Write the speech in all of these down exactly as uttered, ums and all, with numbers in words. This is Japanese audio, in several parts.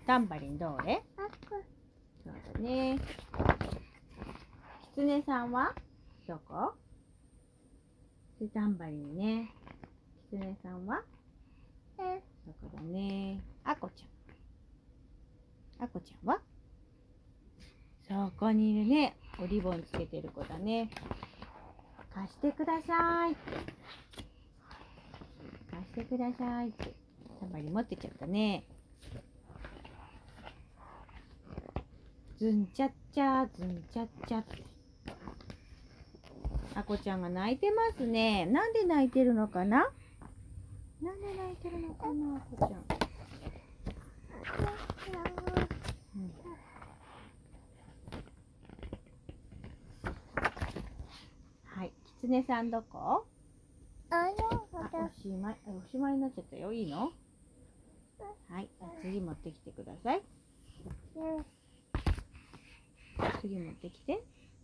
タンバリンどれ？そうだね。キツネさんはどこ？タンバリンね。キツネさんはどこだね。あこちゃん。あこちゃんはそこにいるね。おリボンつけてる子だね。貸してくださいって。貸してくださいって。タンバリン持ってっちゃったね。ズンチャッチャズンチャッチャって。あこちゃんが泣いてますね。なんで泣いてるのかな？なんで泣いてるのかな、あこちゃん。うん、はい、キツネさんどこ？あ、おしまい、おしまいになっちゃったよ。いいの？はい、次持ってきてください。次持ってきて。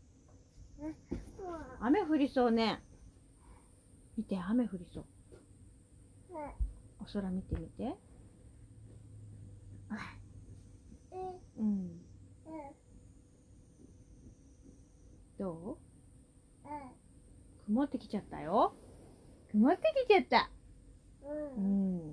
雨降りそうね。見て、雨降りそう。お空見てみて。うん。どう？曇ってきちゃったよ。曇ってきちゃった。うん。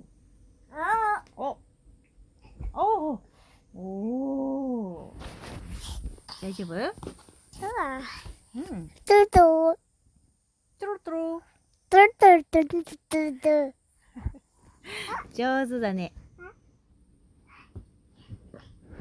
お。おお。おー。大丈夫？うん。 トゥトゥトロトロ。 トゥトゥトゥトゥトゥ上手だね。